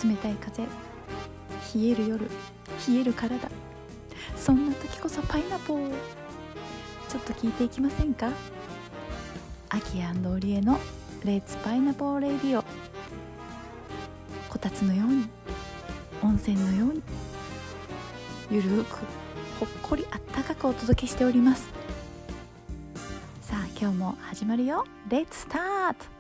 冷たい風、冷える夜、冷える体、そんな時こそパイナポー、ちょっと聞いていきませんか。アキ&オリエのレッツパイナポーレディオ。こたつのように、温泉のように、ゆるくほっこりあったかくお届けしております。さあ今日も始まるよ。レッツスタート。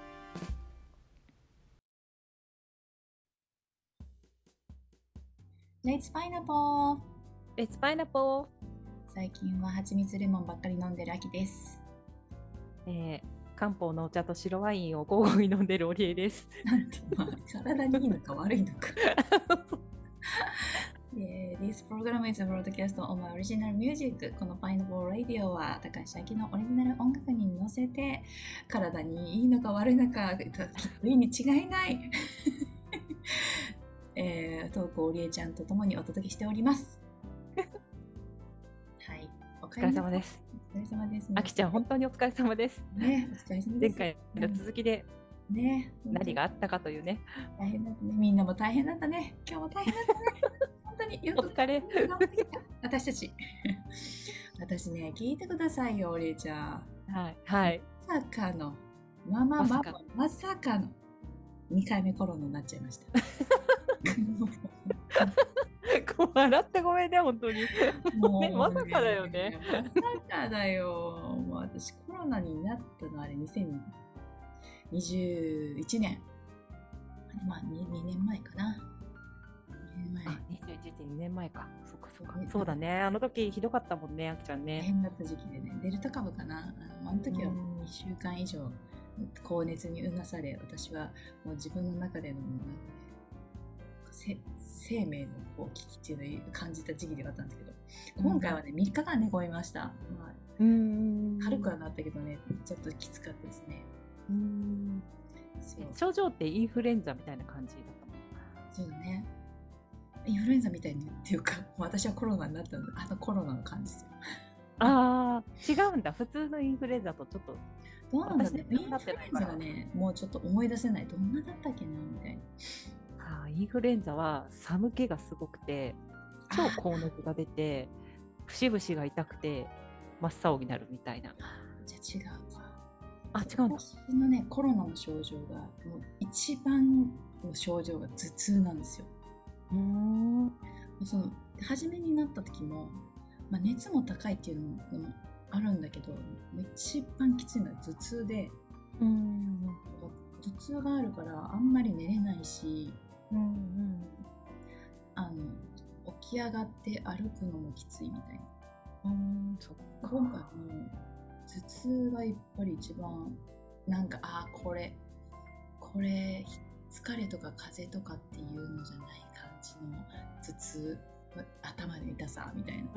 レッツパイナポー。 レッツパイナポー。 最近は蜂蜜レモンばっかり飲んでる秋です。 漢方のお茶と白ワインを交互に飲んでるオリエです。 なんて、体にいいのか悪いのか。This program is a broadcast on my original music. このパイナポーラディオは高橋明のオリジナル音楽に乗せて、体にいいのか悪いのかきっといいに違いないトークをオリエちゃんと共にお届けしておりますはい、 お疲れ様です。 お疲れ様です。 あきちゃん本当にお疲れ様です。 ね、お疲れ様です。 前回の続きで、 ね、 何があったかというね。 大変だったね。みんなも大変だったね。今日も大変だったね。本当によくお疲れ。 私たち。私ね、聞いてくださいよ、おりえちゃん。 はいはい。 まさかの、まさかの2回目コロナになっちゃいました。 笑ってごめんね、本当に。 もうね、 まさかだよね。 まさかだよ。もう私コロナになったのあれ2021年。まあ 2年前かな。2 年前か。そっか。そうだね。あの時ひどかったもんね、あきちゃんね。 大変だった時期でね、デルタ株かな。あの時は2週間以上高熱にうなされ、私はもう自分の中での生命の危機っていうのを感じた時期ではあったんですけど、今回はね、3日間寝込みました。軽くはなったけどね、ちょっときつかったですね。 症状ってインフルエンザみたいな感じだったの？ そうだね。インフルエンザみたいにっていうか、私はコロナになったので、コロナの感じですよ。 ああ、違うんだ。普通のインフルエンザとちょっと。 どうなんですね。インフルエンザがね、もうちょっと思い出せない。どんなだったっけなみたいな。 インフルエンザは寒気がすごくて、超高熱が出て、節々が痛くて、真っ青になるみたいな。 じゃあ違うか。 違うんだ。 私のね、コロナの症状が、もう一番の症状が頭痛なんですよ。その初めになった時も、熱も高いっていうのもあるんだけど、一番きついのは頭痛で、頭痛があるからあんまり寝れないし、起き上がって歩くのもきついみたいな。今回も頭痛がやっぱり一番なんかこれ疲れとか風邪とかっていうのじゃない感じの頭痛、頭の痛さみたいな。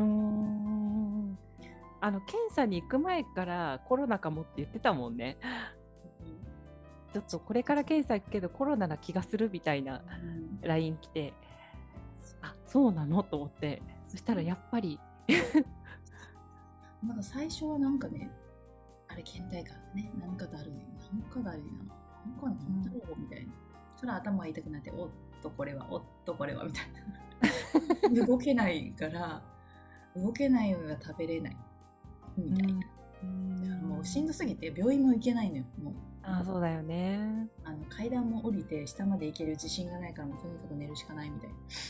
検査に行く前からコロナかもって言ってたもんね。ちょっとこれから検査行くけどコロナな気がするみたいな LINE 来て、そうなのと思って、そしたらやっぱりなんか最初はなんかね、あれ倦怠感ね、なんかだるいな、なんだろうみたいな。それは頭が痛くなって、おっとこれはみたいな。動けないから動けないのが食べれないみたいな。もうしんどすぎて病院も行けないのよ。もうそうだよね。 階段も降りて下まで行ける自信がないから、もうとにかく寝るしかないみたい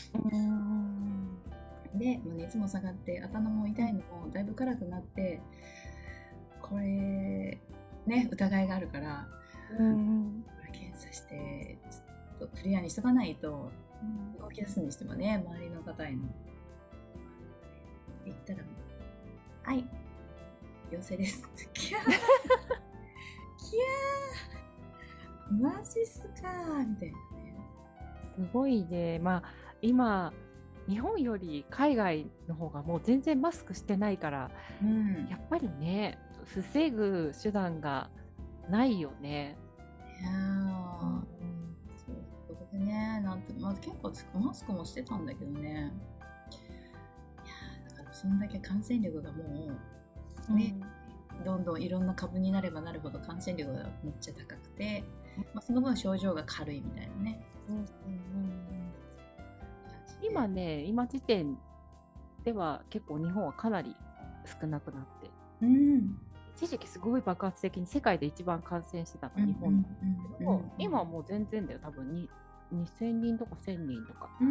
な。で、熱も下がって頭も痛いのもだいぶ辛くなって、これね、疑いがあるから、これ検査してちょっとクリアにしとかないと、動き出すにしてもね、周りの方への言ったら、はい陽性ですキャーマジっすかーみたいなね。 すごいね。今日本より海外の方がもう全然マスクしてないから、やっぱりね、防ぐ手段がないよね。 そうでね、結構マスクもしてたんだけどね。だからそんだけ感染力がもうね、どんどんいろんな株になればなるほど感染力がめっちゃ高くて、その分症状が軽いみたいなね。 今ね、今時点では結構日本はかなり少なくなって、 うん、 一時期すごい爆発的に世界で一番感染してたのうん、 は日本なんだけど、 うん、 今はもう全然だよ、多分に2000人とか1000人とか、 うん、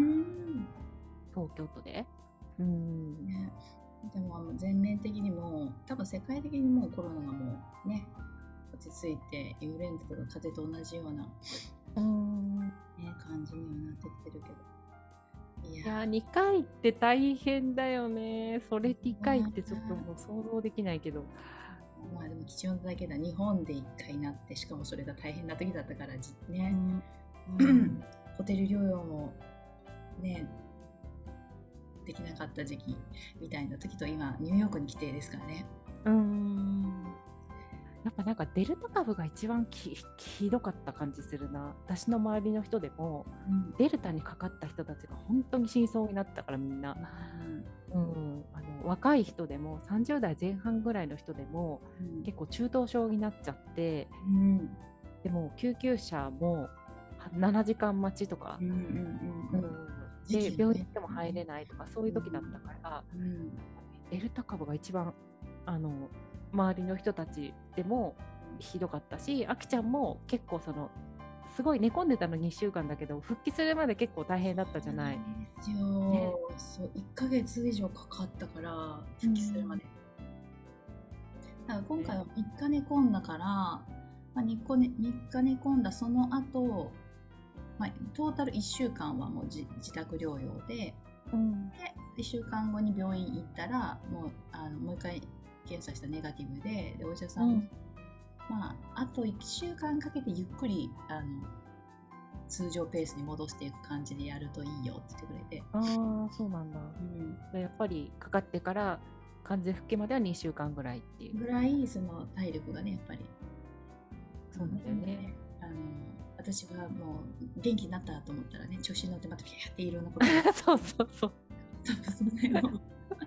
東京都で。 ね、でも全面的にも多分世界的にもうコロナがもうね落ち着いてインフルエンザとか風邪と同じような、ね、感じにはなってきてるけど、 いや2回って大変だよね。それ2回ってちょっともう想像できないけど、 まあでも貴重なだけだ。日本で1回なって、しかもそれが大変な時だったからね、ホテル療養もねできなかった時期みたいな時と今ニューヨークに来てですからね。 やっぱなんかデルタ株が一番ひどかった感じするな。私の周りの人でも、デルタにかかった人たちが本当に死にそうになったからみんな、若い人でも30代前半ぐらいの人でも、結構中等症になっちゃって、でも救急車も7時間待ちとか、で病院行っても入れないとか、そういう時だったから、デルタ株が一番周りの人たちでもひどかったし、あきちゃんも結構すごい寝込んでたの2週間だけど復帰するまで結構大変だったじゃない。 ですよ、ね、そう1ヶ月以上かかったから復帰するまで、だから今回は3日寝込んだから、3日寝込んだその後、トータル1週間はもう自宅療養で、で1週間後に病院行ったらもう一回検査したネガティブで、お医者さん、あと1週間かけてゆっくり通常ペースに戻していく感じでやるといいよって言ってくれて。 ああ、そうなんだ。やっぱりかかってから完全復帰までは2週間ぐらいっていうぐらい、その体力がねやっぱりそうなんだよね。 私はもう元気になったと思ったらね、調子に乗ってまたピャーっていろんなことそうそうそう。 多分その辺の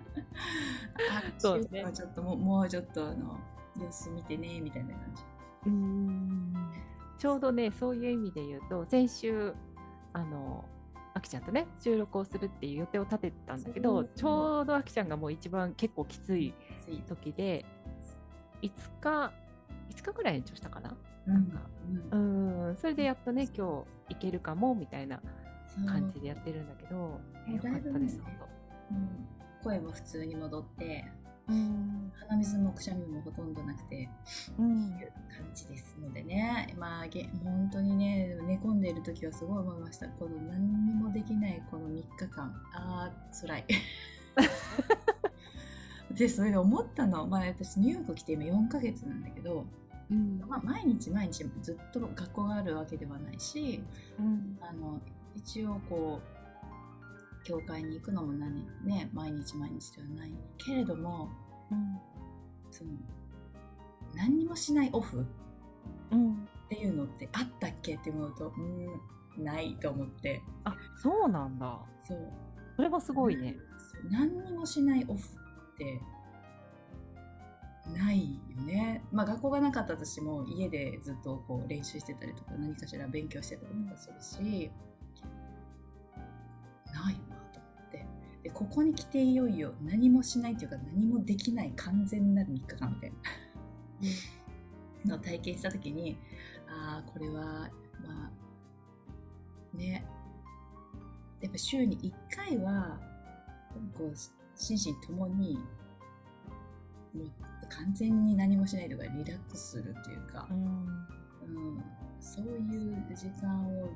そうね。ちょっともうちょっと様子見てねみたいな感じ。 ちょうどね、そういう意味で言うと、先週あきちゃんとね収録をするっていう予定を立ててたんだけど、ちょうどあきちゃんがもう一番結構きつい時で、5日ぐらい延長したかな。それでやっとね今日行けるかもみたいな感じでやってるんだけど、よかったです。 声も普通に戻って、鼻水もくしゃみもほとんどなくて、いう感じですのでね、本当にね、寝込んでいる時はすごい思いました。この何にもできないこの3日間、辛い。で、それで思ったの、私ニューヨーク来て今4ヶ月なんだけど、毎日ずっと学校があるわけではないし、一応こう教会に行くのも毎日ではないけれども、何にもしないオフ、っていうのってあったっけって思うと、ないと思って。 あ、そうなんだ。それはすごいね。 何にもしないオフってないよね。学校がなかったとしても家でずっとこう練習してたりとか何かしら勉強してたりとかするし、ないわと思って。でここに来ていよいよ何もしないというか何もできない完全なる3日間みたいなのを体験した時に、これはね、やっぱ週に1回はこう心身ともにもう完全に何もしないとかリラックスするというか、そういう時間を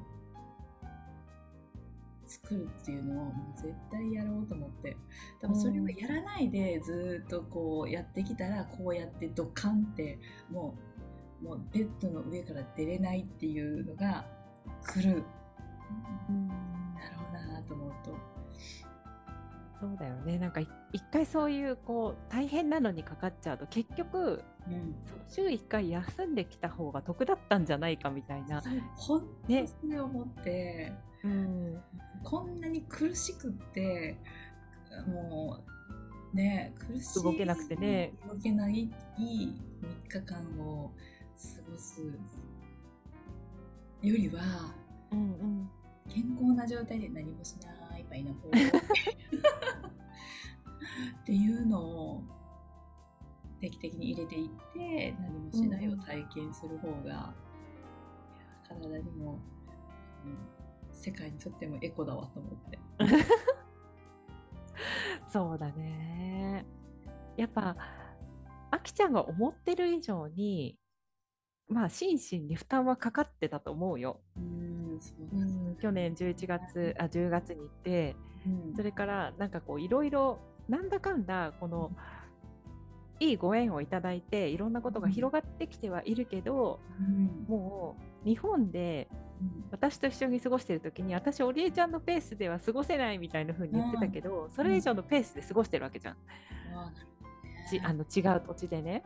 作るっていうのを絶対やろうと思って、多分それをやらないでずっとこうやってきたら、こうやってドカンってもうベッドの上から出れないっていうのが来るだろうなと思うと。 そうだよね。なんか一回そういうこう大変なのにかかっちゃうと結局、その週1回休んできた方が得だったんじゃないかみたいな。 本当にそれを思って、こんなに苦しくってもうね、苦しい動けなくてね、 動けないいい3日間を過ごすよりは、 健康な状態で何もしないパイナポーっていうのを定期的に入れていって何もしないを体験する方が、体にも、世界にとってもエコだわと思ってそうだね。やっぱあきちゃんが思ってる以上にまあ心身に負担はかかってたと思うよ。 そうなんです去年11月10月に行って、それからなんかこういろいろなんだかんだこのいいご縁をいただいていろんなことが広がってきてはいるけど、もう日本で私と一緒に過ごしてる時に私オリエちゃんのペースでは過ごせないみたいな風に言ってたけど、それ以上のペースで過ごしてるわけじゃん。違う土地でね。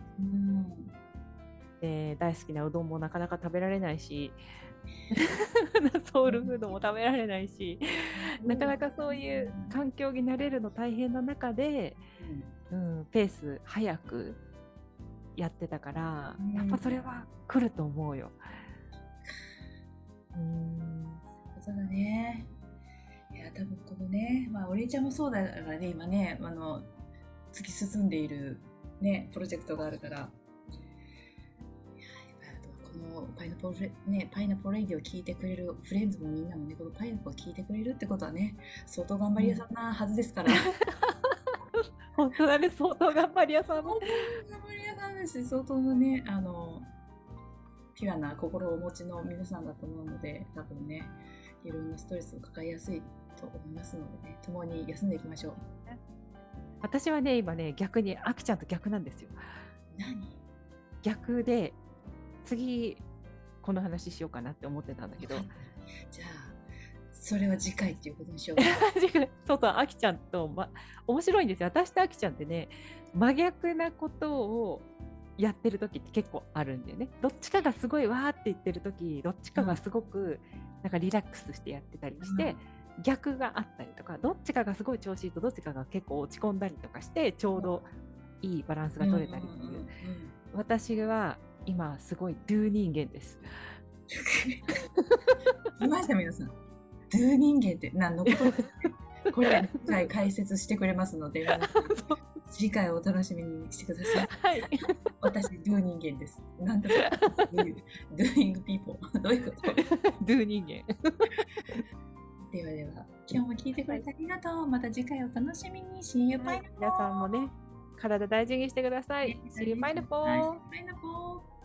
で大好きなうどんもなかなか食べられないしソウルフードも食べられないし、なかなかそういう環境になれるの大変な中で、ペース早くやってたから、やっぱそれは来ると思うよ。 そうだね。いや多分このね、お礼ちゃんもそうだからね、今ね突き進んでいるねプロジェクトがあるから。このパイナポーレイディを聞いてくれるフレンズもみんなもね、このパイナポーを聞いてくれるってことはね、相当頑張り屋さんなはずですから。 本当だね、相当頑張り屋さん。 頑張り屋さんですし、相当のね、ピュアな心をお持ちの皆さんだと思うので、多分ね、いろんなストレスを抱えやすいと思いますのでね、共に休んでいきましょう。 私はね、今ね、逆にあきちゃんと逆なんですよ。 何？ 逆で、次この話しようかなって思ってたんだけど、 じゃあそれは次回っていうことにしようそうそう、あきちゃんと、面白いんですよ。私とあきちゃんってね、真逆なことをやってる時って結構あるんだよね。どっちかがすごいわーって言ってる時、どっちかがすごくなんかリラックスしてやってたりして、逆があったりとか、どっちかがすごい調子いいとどっちかが結構落ち込んだりとかして、ちょうどいいバランスが取れたりっていう。私は今すごいドゥ人間です。 見ました皆さん。ドゥ人間って何のことですか？これは次回解説してくれますので、次回お楽しみにしてください。はい。私ドゥ人間です。なんだそれ？Doing people どういうこと？ ドゥ人間。 ではでは今日も聞いてくれてありがとう。また次回お楽しみに。See you pineapple。 皆さんもね、体大事にしてください。See you pineapple。